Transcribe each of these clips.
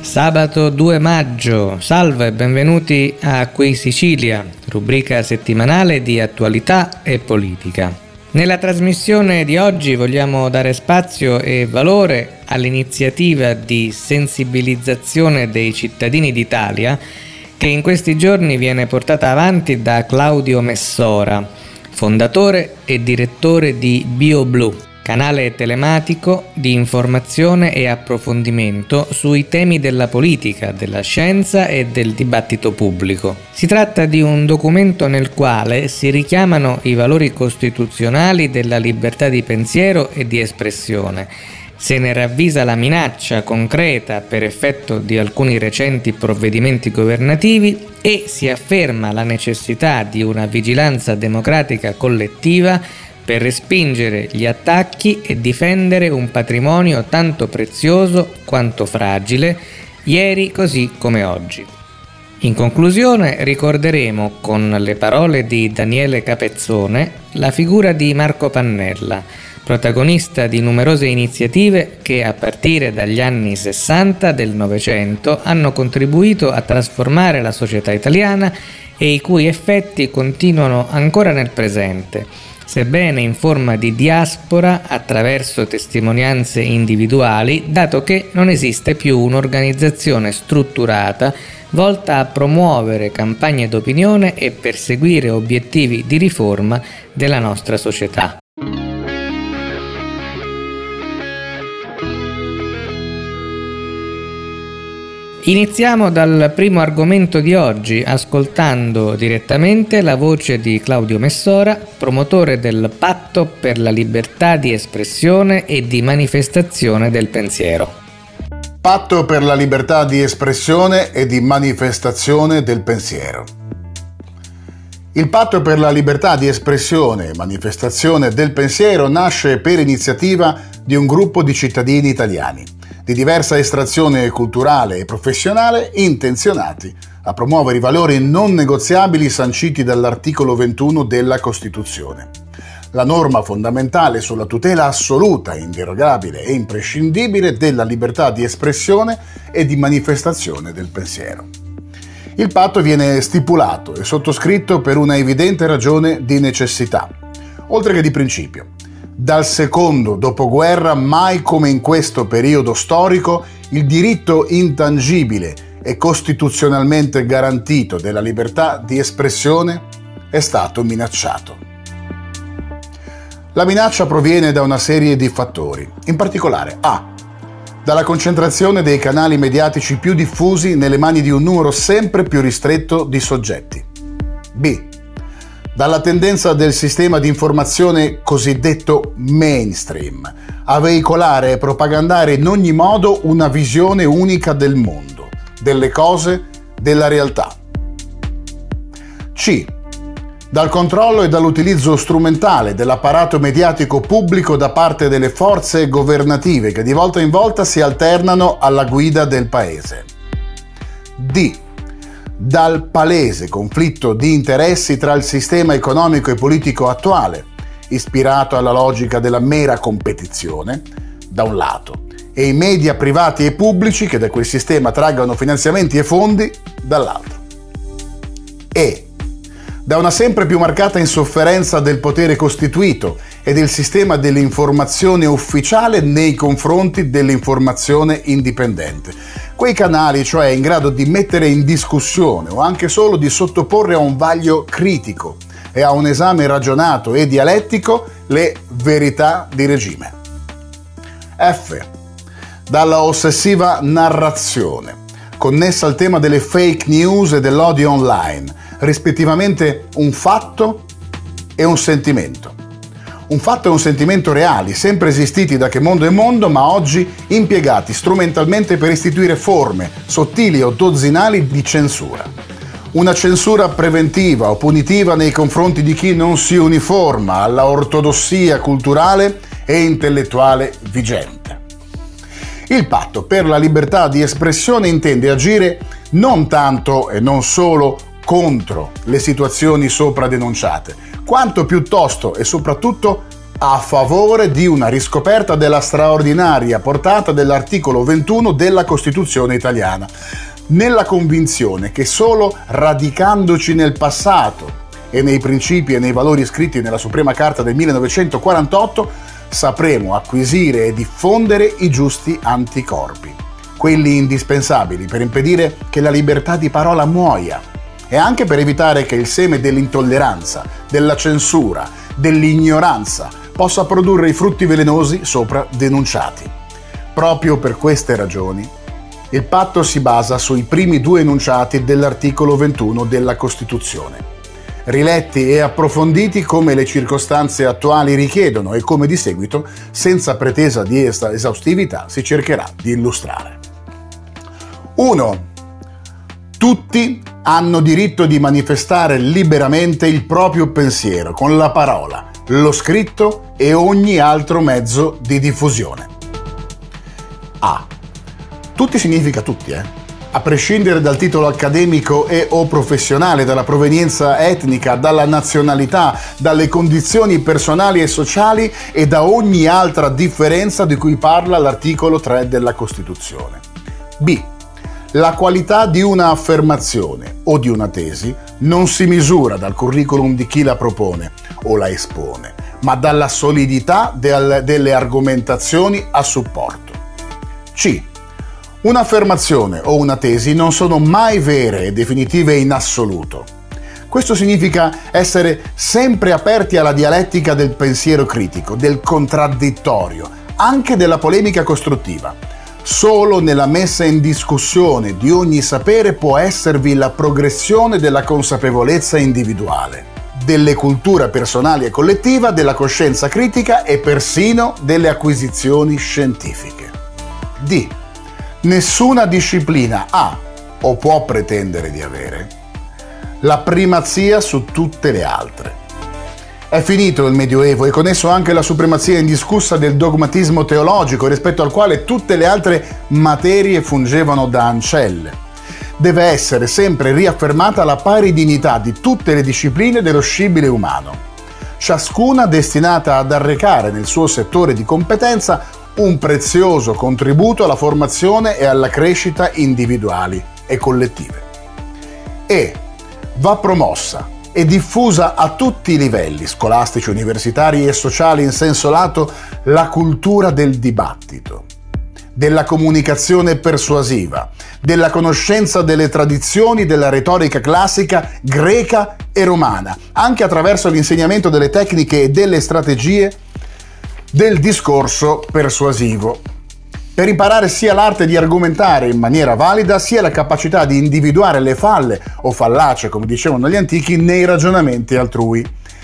Sabato 2 maggio, salve e benvenuti a Qui Sicilia, rubrica settimanale di attualità e politica. Nella trasmissione di oggi vogliamo dare spazio e valore all'iniziativa di sensibilizzazione dei cittadini d'Italia che in questi giorni viene portata avanti da Claudio Messora, fondatore e direttore di BioBlu, canale telematico di informazione e approfondimento sui temi della politica, della scienza e del dibattito pubblico. Si tratta di un documento nel quale si richiamano i valori costituzionali della libertà di pensiero e di espressione. Se ne ravvisa la minaccia concreta per effetto di alcuni recenti provvedimenti governativi e si afferma la necessità di una vigilanza democratica collettiva per respingere gli attacchi e difendere un patrimonio tanto prezioso quanto fragile, ieri così come oggi. In conclusione ricorderemo con le parole di Daniele Capezzone la figura di Marco Pannella, protagonista di numerose iniziative che a partire dagli anni 60 del Novecento hanno contribuito a trasformare la società italiana e i cui effetti continuano ancora nel presente, sebbene in forma di diaspora attraverso testimonianze individuali, dato che non esiste più un'organizzazione strutturata volta a promuovere campagne d'opinione e perseguire obiettivi di riforma della nostra società. Iniziamo dal primo argomento di oggi, ascoltando direttamente la voce di Claudio Messora, promotore del Patto per la libertà di espressione e di manifestazione del pensiero. Patto per la libertà di espressione e di manifestazione del pensiero. Il Patto per la libertà di espressione e manifestazione del pensiero nasce per iniziativa di un gruppo di cittadini italiani di diversa estrazione culturale e professionale intenzionati a promuovere i valori non negoziabili sanciti dall'articolo 21 della Costituzione, la norma fondamentale sulla tutela assoluta, inderogabile e imprescindibile della libertà di espressione e di manifestazione del pensiero. Il patto viene stipulato e sottoscritto per una evidente ragione di necessità, oltre che di principio. Dal secondo dopoguerra, mai come in questo periodo storico, il diritto intangibile e costituzionalmente garantito della libertà di espressione è stato minacciato. La minaccia proviene da una serie di fattori, in particolare a. Dalla concentrazione dei canali mediatici più diffusi nelle mani di un numero sempre più ristretto di soggetti. B. Dalla tendenza del sistema di informazione cosiddetto mainstream a veicolare e propagandare in ogni modo una visione unica del mondo, delle cose, della realtà. C. Dal controllo e dall'utilizzo strumentale dell'apparato mediatico pubblico da parte delle forze governative che di volta in volta si alternano alla guida del paese. D. Dal palese conflitto di interessi tra il sistema economico e politico attuale, ispirato alla logica della mera competizione, da un lato, e i media privati e pubblici che da quel sistema traggano finanziamenti e fondi, dall'altro. E. Da una sempre più marcata insofferenza del potere costituito e del sistema dell'informazione ufficiale nei confronti dell'informazione indipendente. Quei canali, cioè, in grado di mettere in discussione o anche solo di sottoporre a un vaglio critico e a un esame ragionato e dialettico le verità di regime. F. Dalla ossessiva narrazione, connessa al tema delle fake news e dell'odio online, rispettivamente un fatto e un sentimento. Un fatto e un sentimento reali, sempre esistiti da che mondo è mondo, ma oggi impiegati strumentalmente per istituire forme, sottili o dozzinali, di censura. Una censura preventiva o punitiva nei confronti di chi non si uniforma alla ortodossia culturale e intellettuale vigente. Il Patto per la libertà di espressione intende agire non tanto e non solo contro le situazioni sopra denunciate, quanto piuttosto e soprattutto a favore di una riscoperta della straordinaria portata dell'articolo 21 della Costituzione italiana, nella convinzione che solo radicandoci nel passato e nei principi e nei valori scritti nella Suprema Carta del 1948 sapremo acquisire e diffondere i giusti anticorpi, quelli indispensabili per impedire che la libertà di parola muoia e anche per evitare che il seme dell'intolleranza, della censura, dell'ignoranza possa produrre i frutti velenosi sopra denunciati. Proprio per queste ragioni, il patto si basa sui primi due enunciati dell'articolo 21 della Costituzione, riletti e approfonditi come le circostanze attuali richiedono e come di seguito, senza pretesa di esaustività, si cercherà di illustrare. 1. Tutti hanno diritto di manifestare liberamente il proprio pensiero con la parola, lo scritto e ogni altro mezzo di diffusione. A. Tutti significa tutti, a prescindere dal titolo accademico e o professionale, dalla provenienza etnica, dalla nazionalità, dalle condizioni personali e sociali e da ogni altra differenza di cui parla l'articolo 3 della Costituzione. B. La qualità di una affermazione o di una tesi non si misura dal curriculum di chi la propone o la espone, ma dalla solidità delle argomentazioni a supporto. C. Un'affermazione o una tesi non sono mai vere e definitive in assoluto. Questo significa essere sempre aperti alla dialettica del pensiero critico, del contraddittorio, anche della polemica costruttiva. Solo nella messa in discussione di ogni sapere può esservi la progressione della consapevolezza individuale, delle culture personali e collettiva, della coscienza critica e persino delle acquisizioni scientifiche. D. Nessuna disciplina ha o può pretendere di avere la primazia su tutte le altre. È finito il Medioevo e con esso anche la supremazia indiscussa del dogmatismo teologico rispetto al quale tutte le altre materie fungevano da ancelle. Deve essere sempre riaffermata la pari dignità di tutte le discipline dello scibile umano, ciascuna destinata ad arrecare nel suo settore di competenza un prezioso contributo alla formazione e alla crescita individuali e collettive. E va promossa e diffusa a tutti i livelli, scolastici, universitari e sociali in senso lato, la cultura del dibattito, della comunicazione persuasiva, della conoscenza delle tradizioni della retorica classica greca e romana, anche attraverso l'insegnamento delle tecniche e delle strategie del discorso persuasivo, per imparare sia l'arte di argomentare in maniera valida, sia la capacità di individuare le falle o fallacie, come dicevano gli antichi, nei ragionamenti altrui.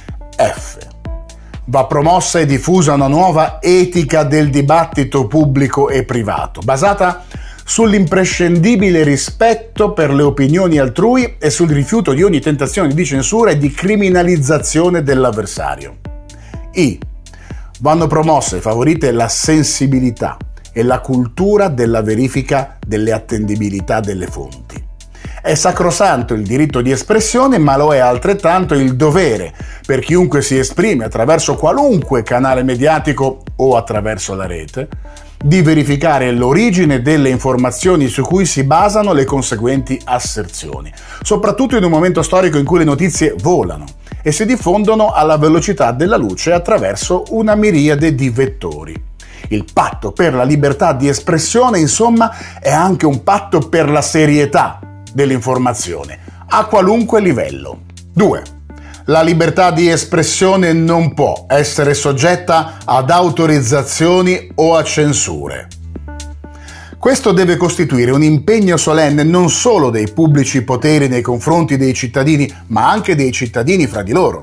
F. Va promossa e diffusa una nuova etica del dibattito pubblico e privato, basata sull'imprescindibile rispetto per le opinioni altrui e sul rifiuto di ogni tentazione di censura e di criminalizzazione dell'avversario. I. Vanno promosse e favorite la sensibilità e la cultura della verifica delle attendibilità delle fonti. È sacrosanto il diritto di espressione, ma lo è altrettanto il dovere per chiunque si esprime attraverso qualunque canale mediatico o attraverso la rete, di verificare l'origine delle informazioni su cui si basano le conseguenti asserzioni, soprattutto in un momento storico in cui le notizie volano e si diffondono alla velocità della luce attraverso una miriade di vettori. Il patto per la libertà di espressione, insomma, è anche un patto per la serietà dell'informazione, a qualunque livello. 2. La libertà di espressione non può essere soggetta ad autorizzazioni o a censure. Questo deve costituire un impegno solenne non solo dei pubblici poteri nei confronti dei cittadini, ma anche dei cittadini fra di loro.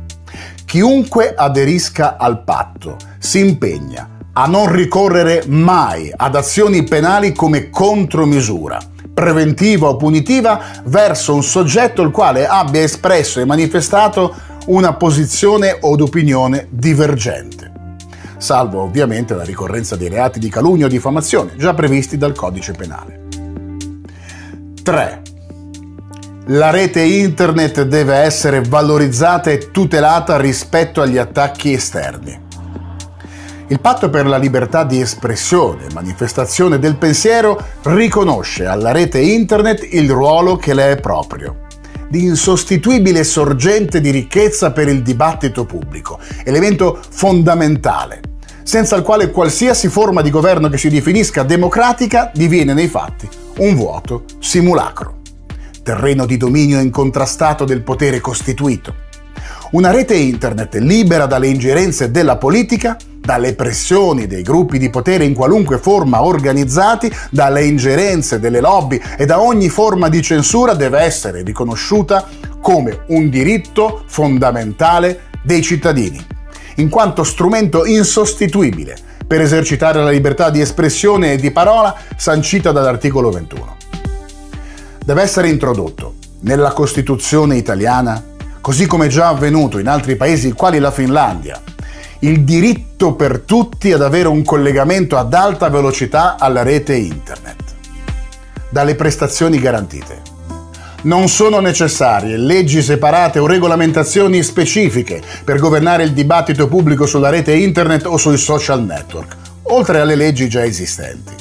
Chiunque aderisca al patto si impegna a non ricorrere mai ad azioni penali come contromisura, preventiva o punitiva, verso un soggetto il quale abbia espresso e manifestato una posizione od opinione divergente, salvo ovviamente la ricorrenza dei reati di calunnia o diffamazione, già previsti dal Codice Penale. 3. La rete internet deve essere valorizzata e tutelata rispetto agli attacchi esterni. Il patto per la libertà di espressione e manifestazione del pensiero riconosce alla rete internet il ruolo che le è proprio, di insostituibile sorgente di ricchezza per il dibattito pubblico, elemento fondamentale, senza il quale qualsiasi forma di governo che si definisca democratica diviene nei fatti un vuoto simulacro, terreno di dominio incontrastato del potere costituito. Una rete internet libera dalle ingerenze della politica, dalle pressioni dei gruppi di potere in qualunque forma organizzati, dalle ingerenze delle lobby e da ogni forma di censura deve essere riconosciuta come un diritto fondamentale dei cittadini, in quanto strumento insostituibile per esercitare la libertà di espressione e di parola sancita dall'articolo 21. Deve essere introdotto nella Costituzione italiana, così come già avvenuto in altri paesi quali la Finlandia, il diritto per tutti ad avere un collegamento ad alta velocità alla rete internet. Dalle prestazioni garantite. Non sono necessarie leggi separate o regolamentazioni specifiche per governare il dibattito pubblico sulla rete internet o sui social network, oltre alle leggi già esistenti.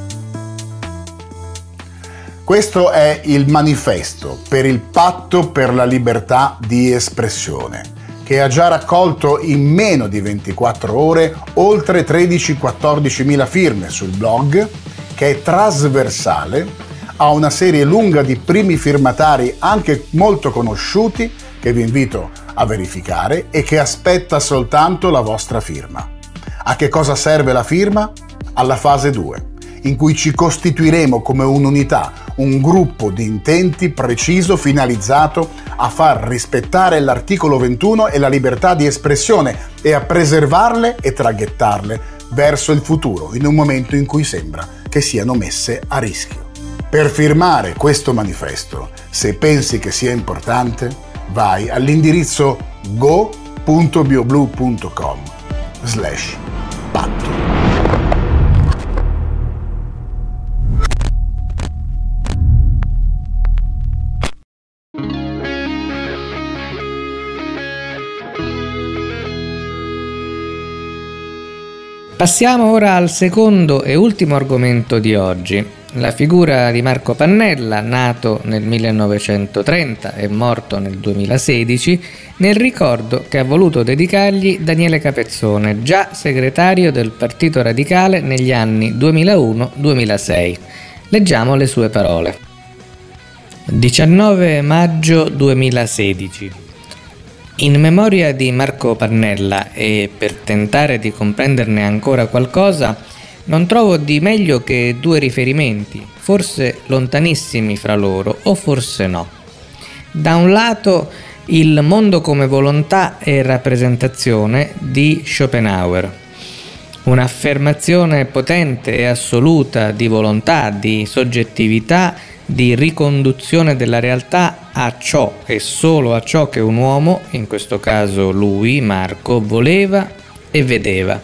Questo è il manifesto per il patto per la libertà di espressione, che ha già raccolto in meno di 24 ore oltre 13-14 mila firme sul blog, che è trasversale, ha una serie lunga di primi firmatari anche molto conosciuti, che vi invito a verificare e che aspetta soltanto la vostra firma. A che cosa serve la firma? Alla fase 2, in cui ci costituiremo come un'unità, un gruppo di intenti preciso finalizzato a far rispettare l'articolo 21 e la libertà di espressione e a preservarle e traghettarle verso il futuro in un momento in cui sembra che siano messe a rischio. Per firmare questo manifesto, se pensi che sia importante, vai all'indirizzo go.bioblue.com/patto. Passiamo ora al secondo e ultimo argomento di oggi, la figura di Marco Pannella, nato nel 1930 e morto nel 2016, nel ricordo che ha voluto dedicargli Daniele Capezzone, già segretario del Partito Radicale negli anni 2001-2006. Leggiamo le sue parole. 19 maggio 2016. In memoria di Marco Pannella e per tentare di comprenderne ancora qualcosa, non trovo di meglio che due riferimenti, forse lontanissimi fra loro o forse no. Da un lato il mondo come volontà e rappresentazione di Schopenhauer, un'affermazione potente e assoluta di volontà, di soggettività, di riconduzione della realtà a ciò e solo a ciò che un uomo, in questo caso lui, Marco, voleva e vedeva.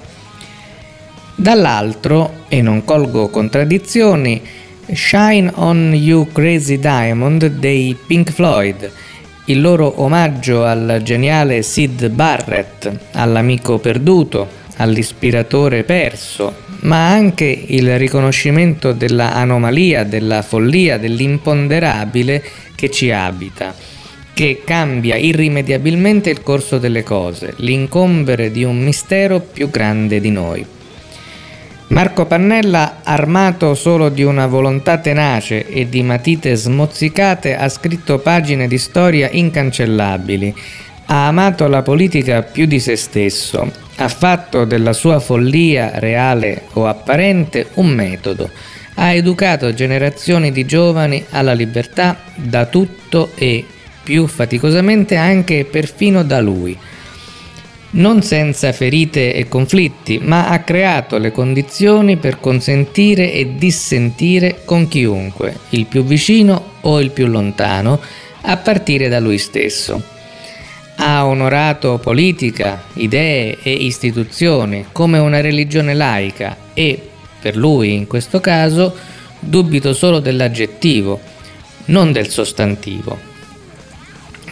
Dall'altro, e non colgo contraddizioni, Shine on You Crazy Diamond dei Pink Floyd, il loro omaggio al geniale Syd Barrett, all'amico perduto, all'ispiratore perso, ma anche il riconoscimento della anomalia, della follia, dell'imponderabile che ci abita, che cambia irrimediabilmente il corso delle cose, l'incombere di un mistero più grande di noi. Marco Pannella, armato solo di una volontà tenace e di matite smozzicate, ha scritto pagine di storia incancellabili, ha amato la politica più di se stesso, ha fatto della sua follia, reale o apparente, un metodo, ha educato generazioni di giovani alla libertà da tutto e, più faticosamente, anche perfino da lui. Non senza ferite e conflitti, ma ha creato le condizioni per consentire e dissentire con chiunque, il più vicino o il più lontano, a partire da lui stesso. Ha onorato politica, idee e istituzioni come una religione laica e, per lui in questo caso, dubito solo dell'aggettivo, non del sostantivo.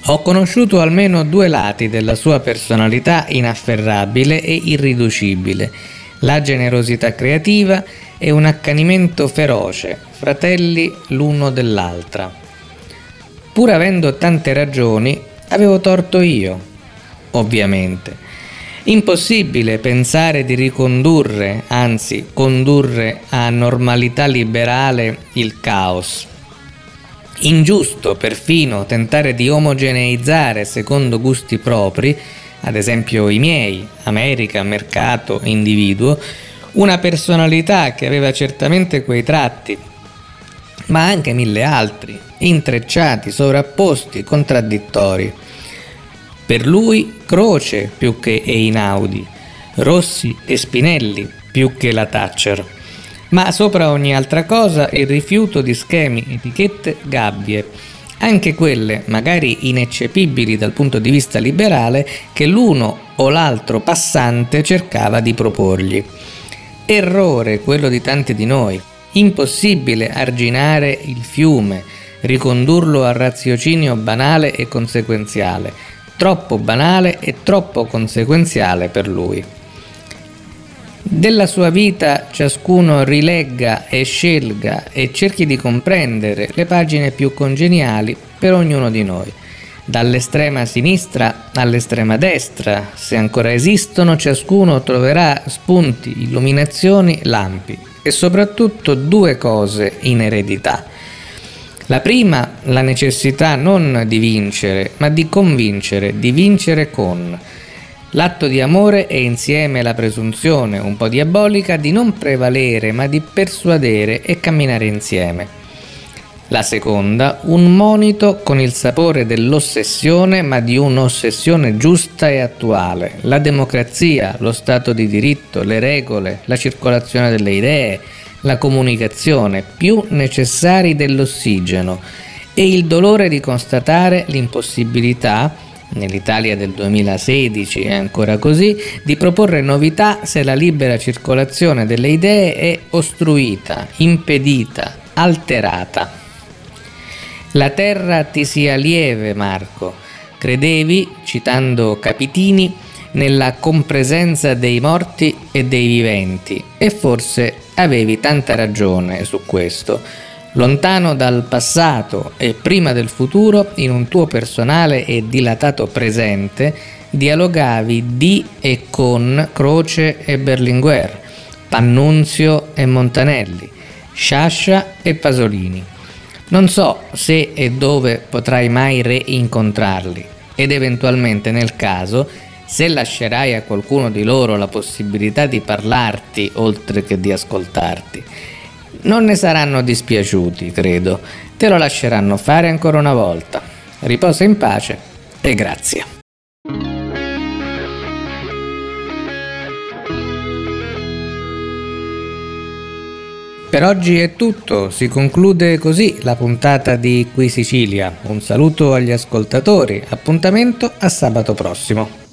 Ho conosciuto almeno due lati della sua personalità inafferrabile e irriducibile, la generosità creativa e un accanimento feroce, fratelli l'uno dell'altra. Pur avendo tante ragioni, avevo torto io, ovviamente. Impossibile pensare di ricondurre, anzi condurre a normalità liberale il caos. Ingiusto perfino tentare di omogeneizzare secondo gusti propri, ad esempio i miei, America, mercato, individuo, una personalità che aveva certamente quei tratti, ma anche mille altri, intrecciati, sovrapposti, contraddittori. Per lui Croce più che Einaudi, Rossi e Spinelli più che la Thatcher. Ma sopra ogni altra cosa il rifiuto di schemi, etichette, gabbie, anche quelle magari ineccepibili dal punto di vista liberale che l'uno o l'altro passante cercava di proporgli. Errore quello di tanti di noi. Impossibile arginare il fiume, ricondurlo al raziocinio banale e conseguenziale, troppo banale e troppo conseguenziale per lui. Della sua vita ciascuno rilegga e scelga e cerchi di comprendere le pagine più congeniali per ognuno di noi, dall'estrema sinistra all'estrema destra. Se ancora esistono, ciascuno troverà spunti, illuminazioni, lampi e soprattutto due cose in eredità. La prima, la necessità non di vincere, ma di convincere, di vincere con l'atto di amore e insieme la presunzione, un po' diabolica, di non prevalere ma di persuadere e camminare insieme. La seconda, un monito con il sapore dell'ossessione ma di un'ossessione giusta e attuale, la democrazia, lo Stato di diritto, le regole, la circolazione delle idee, la comunicazione, più necessari dell'ossigeno, e il dolore di constatare l'impossibilità, nell'Italia del 2016 è ancora così, di proporre novità se la libera circolazione delle idee è ostruita, impedita, alterata. La terra ti sia lieve, Marco. Credevi, citando Capitini, nella compresenza dei morti e dei viventi, e forse avevi tanta ragione su questo. Lontano dal passato e prima del futuro, in un tuo personale e dilatato presente, dialogavi di e con Croce e Berlinguer, Pannunzio e Montanelli, Sciascia e Pasolini. Non so se e dove potrai mai reincontrarli, ed eventualmente nel caso, se lascerai a qualcuno di loro la possibilità di parlarti oltre che di ascoltarti. Non ne saranno dispiaciuti, credo. Te lo lasceranno fare ancora una volta. Riposa in pace e grazie. Per oggi è tutto, si conclude così la puntata di Qui Sicilia. Un saluto agli ascoltatori, appuntamento a sabato prossimo.